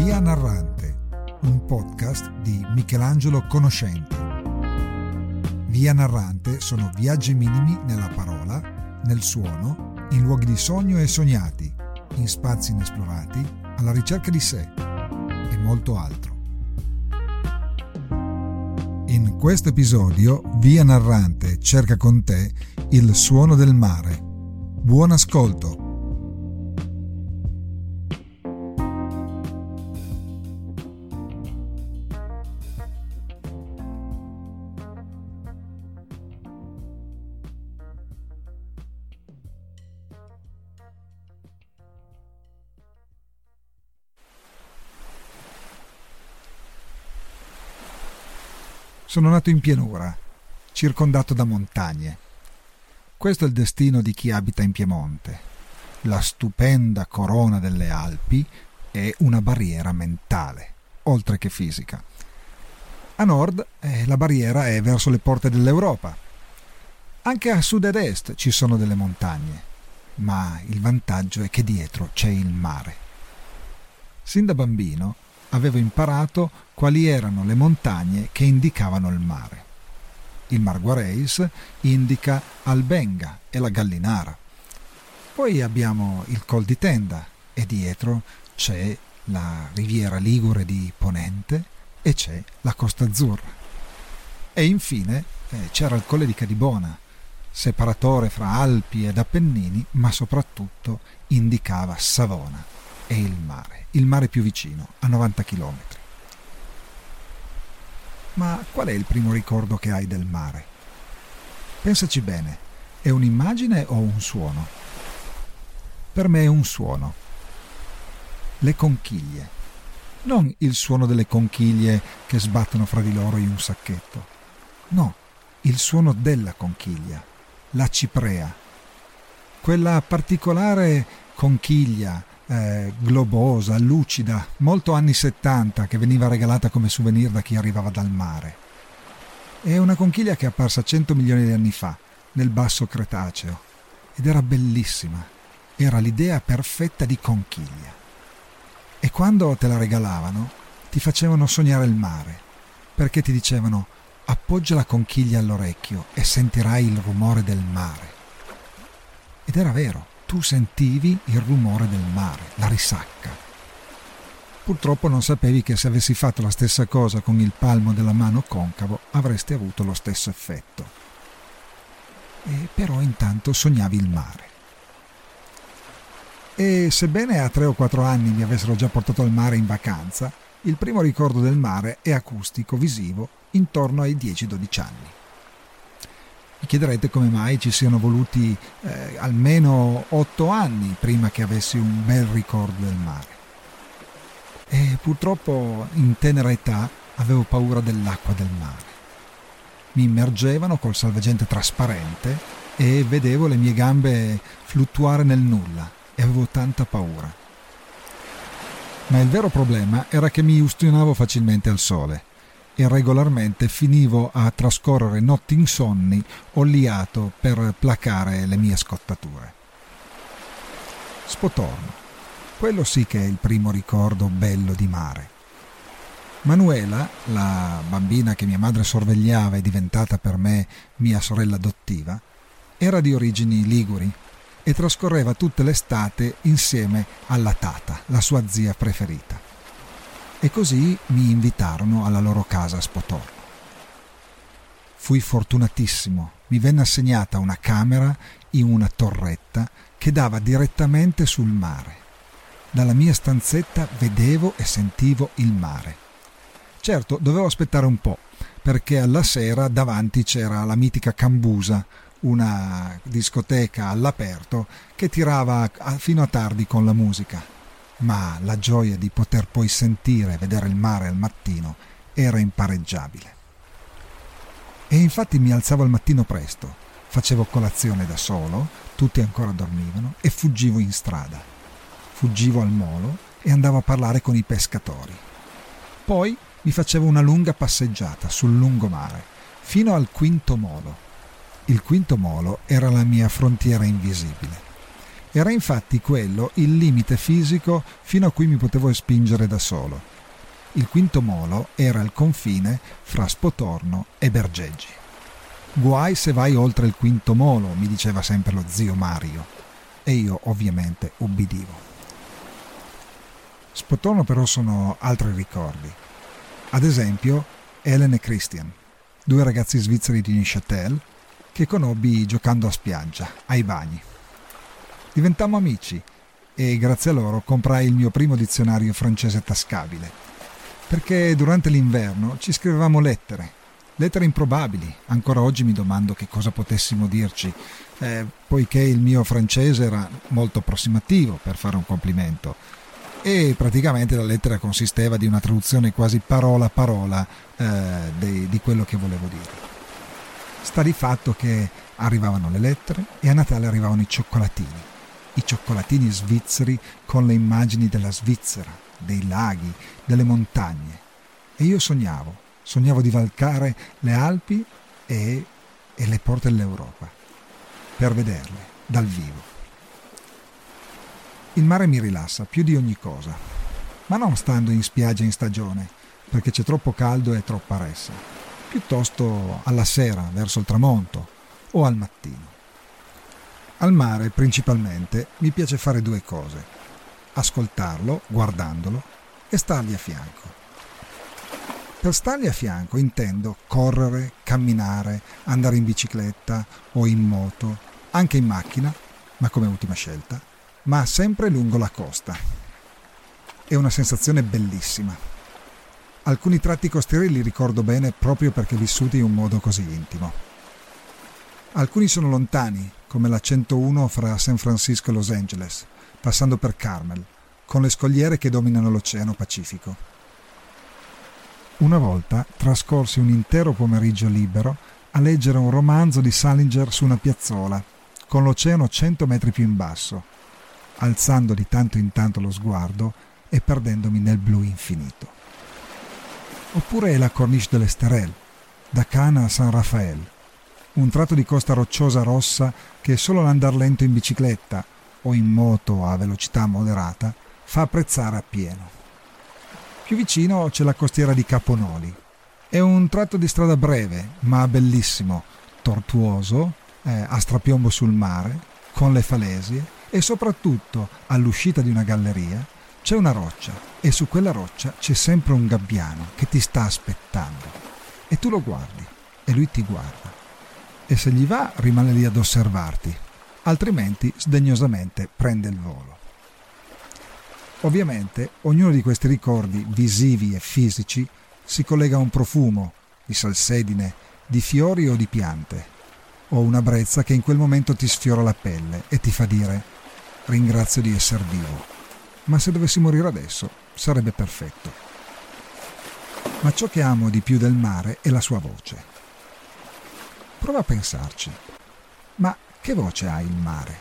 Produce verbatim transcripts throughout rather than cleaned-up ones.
Via Narrante, un podcast di Michelangelo Conoscenti. Via Narrante sono viaggi minimi nella parola, nel suono, in luoghi di sogno e sognati, in spazi inesplorati, alla ricerca di sé e molto altro. In questo episodio Via Narrante cerca con te il suono del mare. Buon ascolto! Sono nato in pianura, circondato da montagne. Questo è il destino di chi abita in Piemonte. La stupenda corona delle Alpi è una barriera mentale, oltre che fisica. A nord eh, la barriera è verso le porte dell'Europa. Anche a sud ed est ci sono delle montagne, ma il vantaggio è che dietro c'è il mare. Sin da bambino avevo imparato quali erano le montagne che indicavano il mare. Il Mar Guareis indica Albenga e la Gallinara. Poi abbiamo il Col di Tenda e dietro c'è la riviera ligure di Ponente e c'è la Costa Azzurra. E infine eh, c'era il Colle di Cadibona, separatore fra Alpi ed Appennini, ma soprattutto indicava Savona e il mare. Il mare più vicino, a novanta chilometri. Ma qual è il primo ricordo che hai del mare? Pensaci bene, è un'immagine o un suono? Per me è un suono. Le conchiglie. Non il suono delle conchiglie che sbattono fra di loro in un sacchetto. No, il suono della conchiglia, la ciprea. Quella particolare conchiglia Eh, globosa, lucida, molto anni settanta, che veniva regalata come souvenir da chi arrivava dal mare. È una conchiglia che è apparsa cento milioni di anni fa, nel basso Cretaceo, ed era bellissima. Era l'idea perfetta di conchiglia. E quando te la regalavano, ti facevano sognare il mare, perché ti dicevano: appoggia la conchiglia all'orecchio e sentirai il rumore del mare. Ed era vero. Tu sentivi il rumore del mare, la risacca. Purtroppo non sapevi che se avessi fatto la stessa cosa con il palmo della mano concavo avresti avuto lo stesso effetto. E però intanto sognavi il mare. E sebbene a tre o quattro anni mi avessero già portato al mare in vacanza, il primo ricordo del mare è acustico, visivo, intorno ai dieci dodici anni. Mi chiederete come mai ci siano voluti eh, almeno otto anni prima che avessi un bel ricordo del mare. E purtroppo in tenera età avevo paura dell'acqua del mare. Mi immergevano col salvagente trasparente e vedevo le mie gambe fluttuare nel nulla e avevo tanta paura. Ma il vero problema era che mi ustionavo facilmente al sole e regolarmente finivo a trascorrere notti insonni oliato per placare le mie scottature. Spotorno. Quello sì che è il primo ricordo bello di mare. Manuela, la bambina che mia madre sorvegliava e diventata per me mia sorella adottiva, era di origini liguri e trascorreva tutte l'estate insieme alla Tata, la sua zia preferita. E così mi invitarono alla loro casa a Spotorno. Fui fortunatissimo, mi venne assegnata una camera in una torretta che dava direttamente sul mare. Dalla mia stanzetta vedevo e sentivo il mare. Certo, dovevo aspettare un po', perché alla sera davanti c'era la mitica Cambusa, una discoteca all'aperto che tirava fino a tardi con la musica. Ma la gioia di poter poi sentire e vedere il mare al mattino era impareggiabile. E infatti mi alzavo al mattino presto, facevo colazione da solo, tutti ancora dormivano, e fuggivo in strada. Fuggivo al molo e andavo a parlare con i pescatori. Poi mi facevo una lunga passeggiata sul lungomare, fino al quinto molo. Il quinto molo era la mia frontiera invisibile. Era infatti quello il limite fisico fino a cui mi potevo spingere da solo. Il quinto molo era il confine fra Spotorno e Bergeggi. Guai se vai oltre il quinto molo, mi diceva sempre lo zio Mario, e io ovviamente ubbidivo. Spotorno però sono altri ricordi. Ad esempio Helen e Christian, due ragazzi svizzeri di Neuchâtel che conobbi giocando a spiaggia, ai bagni. Diventammo amici e grazie a loro comprai il mio primo dizionario francese tascabile, perché durante l'inverno ci scrivevamo lettere, lettere improbabili. Ancora oggi mi domando che cosa potessimo dirci, eh, poiché il mio francese era molto approssimativo per fare un complimento. E praticamente la lettera consisteva di una traduzione quasi parola a parola eh, di, di quello che volevo dire. Sta di fatto che arrivavano le lettere e a Natale arrivavano i cioccolatini, i cioccolatini svizzeri con le immagini della Svizzera, dei laghi, delle montagne. E io sognavo, sognavo di valcare le Alpi e, e le porte dell'Europa, per vederle dal vivo. Il mare mi rilassa più di ogni cosa, ma non stando in spiaggia in stagione, perché c'è troppo caldo e troppa ressa, piuttosto alla sera, verso il tramonto, o al mattino. Al mare, principalmente, mi piace fare due cose: ascoltarlo, guardandolo, e stargli a fianco. Per stargli a fianco intendo correre, camminare, andare in bicicletta o in moto, anche in macchina, ma come ultima scelta, ma sempre lungo la costa. È una sensazione bellissima. Alcuni tratti costieri li ricordo bene proprio perché vissuti in un modo così intimo. Alcuni sono lontani, come la centouno fra San Francisco e Los Angeles, passando per Carmel, con le scogliere che dominano l'Oceano Pacifico. Una volta trascorsi un intero pomeriggio libero a leggere un romanzo di Salinger su una piazzola, con l'oceano cento metri più in basso, alzando di tanto in tanto lo sguardo e perdendomi nel blu infinito. Oppure la Corniche de l'Esterel, da Cana a San Rafael, un tratto di costa rocciosa rossa che solo l'andar lento in bicicletta o in moto a velocità moderata fa apprezzare appieno. Più vicino c'è la costiera di Caponoli. È un tratto di strada breve, ma bellissimo, tortuoso, eh, a strapiombo sul mare, con le falesie, e soprattutto all'uscita di una galleria c'è una roccia e su quella roccia c'è sempre un gabbiano che ti sta aspettando e tu lo guardi e lui ti guarda e se gli va rimane lì ad osservarti, altrimenti sdegnosamente prende il volo. Ovviamente ognuno di questi ricordi visivi e fisici si collega a un profumo di salsedine, di fiori o di piante, o una brezza che in quel momento ti sfiora la pelle e ti fa dire: ringrazio di essere vivo, ma se dovessi morire adesso sarebbe perfetto. Ma ciò che amo di più del mare è la sua voce. Prova a pensarci. Ma che voce ha il mare?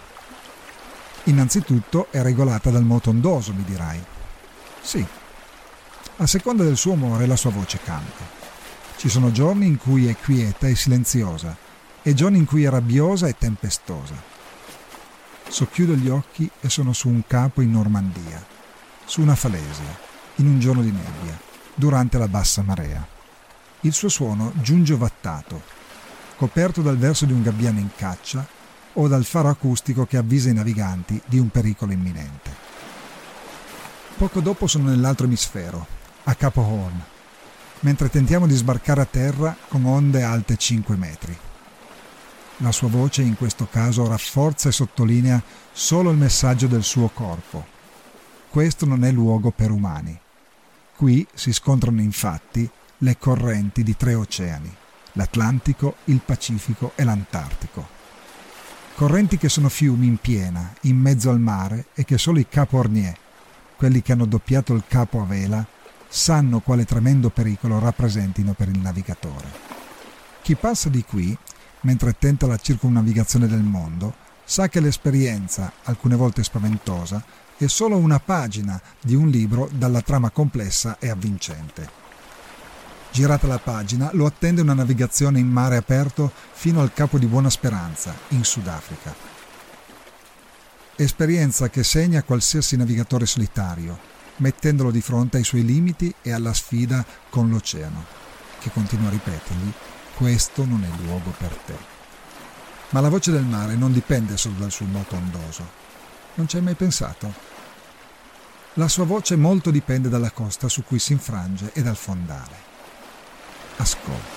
Innanzitutto è regolata dal moto ondoso, mi dirai. Sì, a seconda del suo umore la sua voce cambia. Ci sono giorni in cui è quieta e silenziosa e giorni in cui è rabbiosa e tempestosa. Socchiudo gli occhi e sono su un capo in Normandia, su una falesia, in un giorno di nebbia, durante la bassa marea. Il suo suono giunge ovattato, coperto dal verso di un gabbiano in caccia o dal faro acustico che avvisa i naviganti di un pericolo imminente. Poco dopo sono nell'altro emisfero, a Capo Horn, mentre tentiamo di sbarcare a terra con onde alte cinque metri. La sua voce in questo caso rafforza e sottolinea solo il messaggio del suo corpo. Questo non è luogo per umani. Qui si scontrano infatti le correnti di tre oceani, l'Atlantico, il Pacifico e l'Antartico. Correnti che sono fiumi in piena, in mezzo al mare e che solo i Capo Hornier, quelli che hanno doppiato il capo a vela, sanno quale tremendo pericolo rappresentino per il navigatore. Chi passa di qui mentre tenta la circumnavigazione del mondo, sa che l'esperienza, alcune volte spaventosa, è solo una pagina di un libro dalla trama complessa e avvincente. Girata la pagina, lo attende una navigazione in mare aperto fino al Capo di Buona Speranza, in Sudafrica. esperienza che segna qualsiasi navigatore solitario, mettendolo di fronte ai suoi limiti e alla sfida con l'oceano, che continua a ripetergli: questo non è il luogo per te. Ma la voce del mare non dipende solo dal suo moto ondoso. Non ci hai mai pensato? La sua voce molto dipende dalla costa su cui si infrange e dal fondale. Ascolta.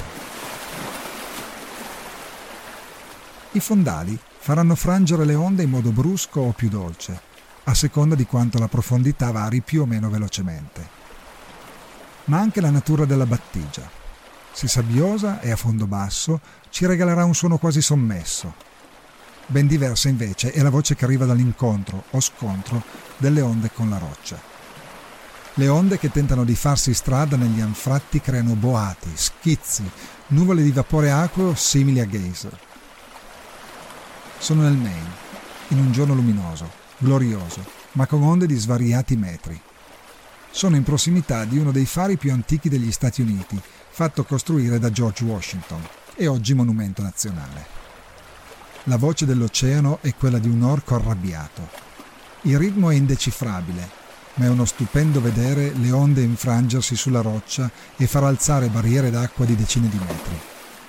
I fondali faranno frangere le onde in modo brusco o più dolce, a seconda di quanto la profondità vari più o meno velocemente. Ma anche la natura della battigia, se sabbiosa e a fondo basso, ci regalerà un suono quasi sommesso. Ben diversa invece è la voce che arriva dall'incontro o scontro delle onde con la roccia. Le onde che tentano di farsi strada negli anfratti creano boati, schizzi, nuvole di vapore acqueo simili a geyser. Sono nel Maine, in un giorno luminoso, glorioso, ma con onde di svariati metri. Sono in prossimità di uno dei fari più antichi degli Stati Uniti, fatto costruire da George Washington e oggi monumento nazionale. La voce dell'oceano è quella di un orco arrabbiato. Il ritmo è indecifrabile, ma è uno stupendo vedere le onde infrangersi sulla roccia e far alzare barriere d'acqua di decine di metri.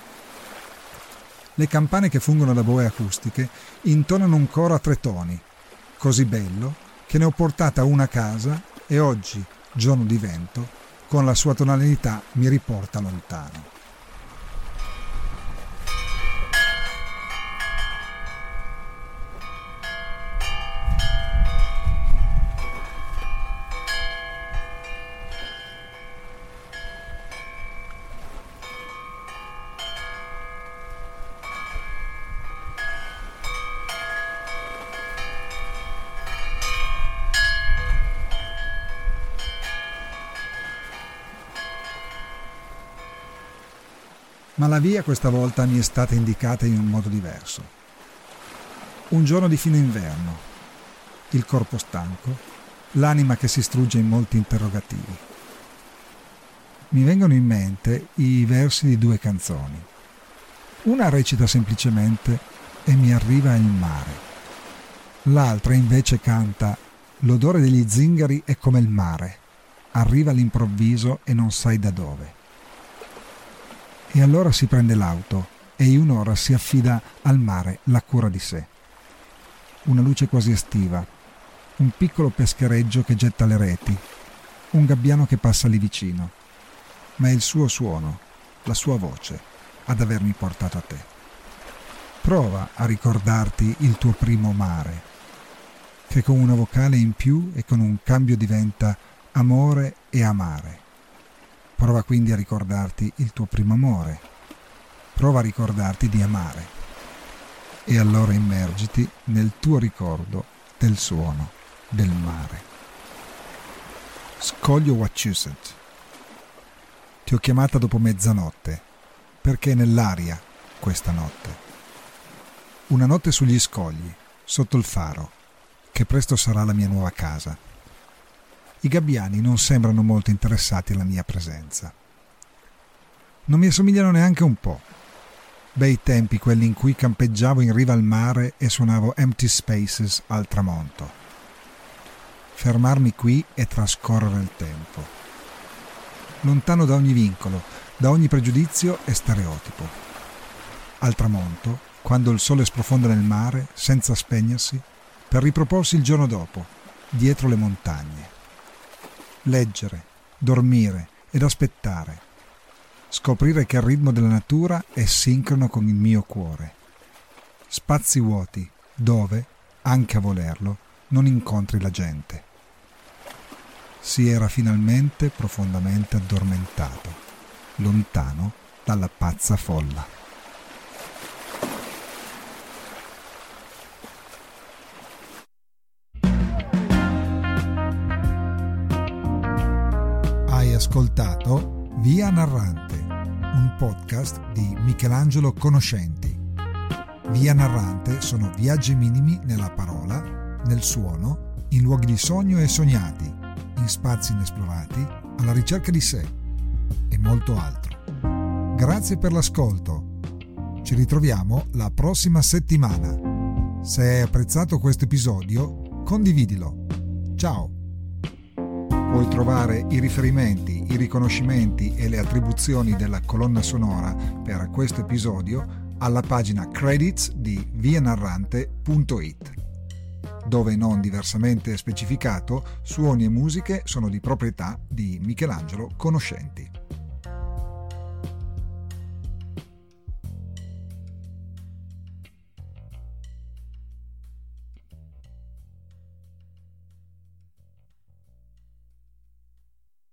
Le campane che fungono da boe acustiche intonano un coro a tre toni, così bello che ne ho portata una a casa e oggi, giorno di vento, con la sua tonalità mi riporta lontano. Ma la via questa volta mi è stata indicata in un modo diverso. Un giorno di fine inverno, il corpo stanco, l'anima che si strugge in molti interrogativi. Mi vengono in mente i versi di due canzoni. Una recita semplicemente "E mi arriva il mare". L'altra invece canta "L'odore degli zingari è come il mare, arriva all'improvviso e non sai da dove". E allora si prende l'auto e in un'ora si affida al mare la cura di sé. Una luce quasi estiva, un piccolo peschereggio che getta le reti, un gabbiano che passa lì vicino, ma è il suo suono, la sua voce, ad avermi portato a te. Prova a ricordarti il tuo primo mare, che con una vocale in più e con un cambio diventa amore e amare. Prova quindi a ricordarti il tuo primo amore. Prova a ricordarti di amare. E allora immergiti nel tuo ricordo del suono del mare. Scoglio Wachusett. Ti ho chiamata dopo mezzanotte, perché è nell'aria questa notte. Una notte sugli scogli, sotto il faro, che presto sarà la mia nuova casa. I gabbiani non sembrano molto interessati alla mia presenza. Non mi assomigliano neanche un po'. Bei tempi quelli in cui campeggiavo in riva al mare e suonavo Empty Spaces al tramonto. Fermarmi qui e trascorrere il tempo. Lontano da ogni vincolo, da ogni pregiudizio e stereotipo. Al tramonto, quando il sole sprofonda nel mare, senza spegnersi, per riproporsi il giorno dopo, dietro le montagne. Leggere, dormire ed aspettare. Scoprire che il ritmo della natura è sincrono con il mio cuore. Spazi vuoti dove, anche a volerlo, non incontri la gente. Si era finalmente profondamente addormentato, lontano dalla pazza folla. Hai ascoltato Via Narrante, un podcast di Michelangelo Conoscenti. Via Narrante sono viaggi minimi nella parola, nel suono, in luoghi di sogno e sognati, in spazi inesplorati, alla ricerca di sé e molto altro. Grazie per l'ascolto. Ci ritroviamo la prossima settimana. Se hai apprezzato questo episodio, condividilo. Ciao! Puoi trovare i riferimenti, i riconoscimenti e le attribuzioni della colonna sonora per questo episodio alla pagina credits di via narrante punto it, dove non diversamente specificato suoni e musiche sono di proprietà di Michelangelo Conoscenti.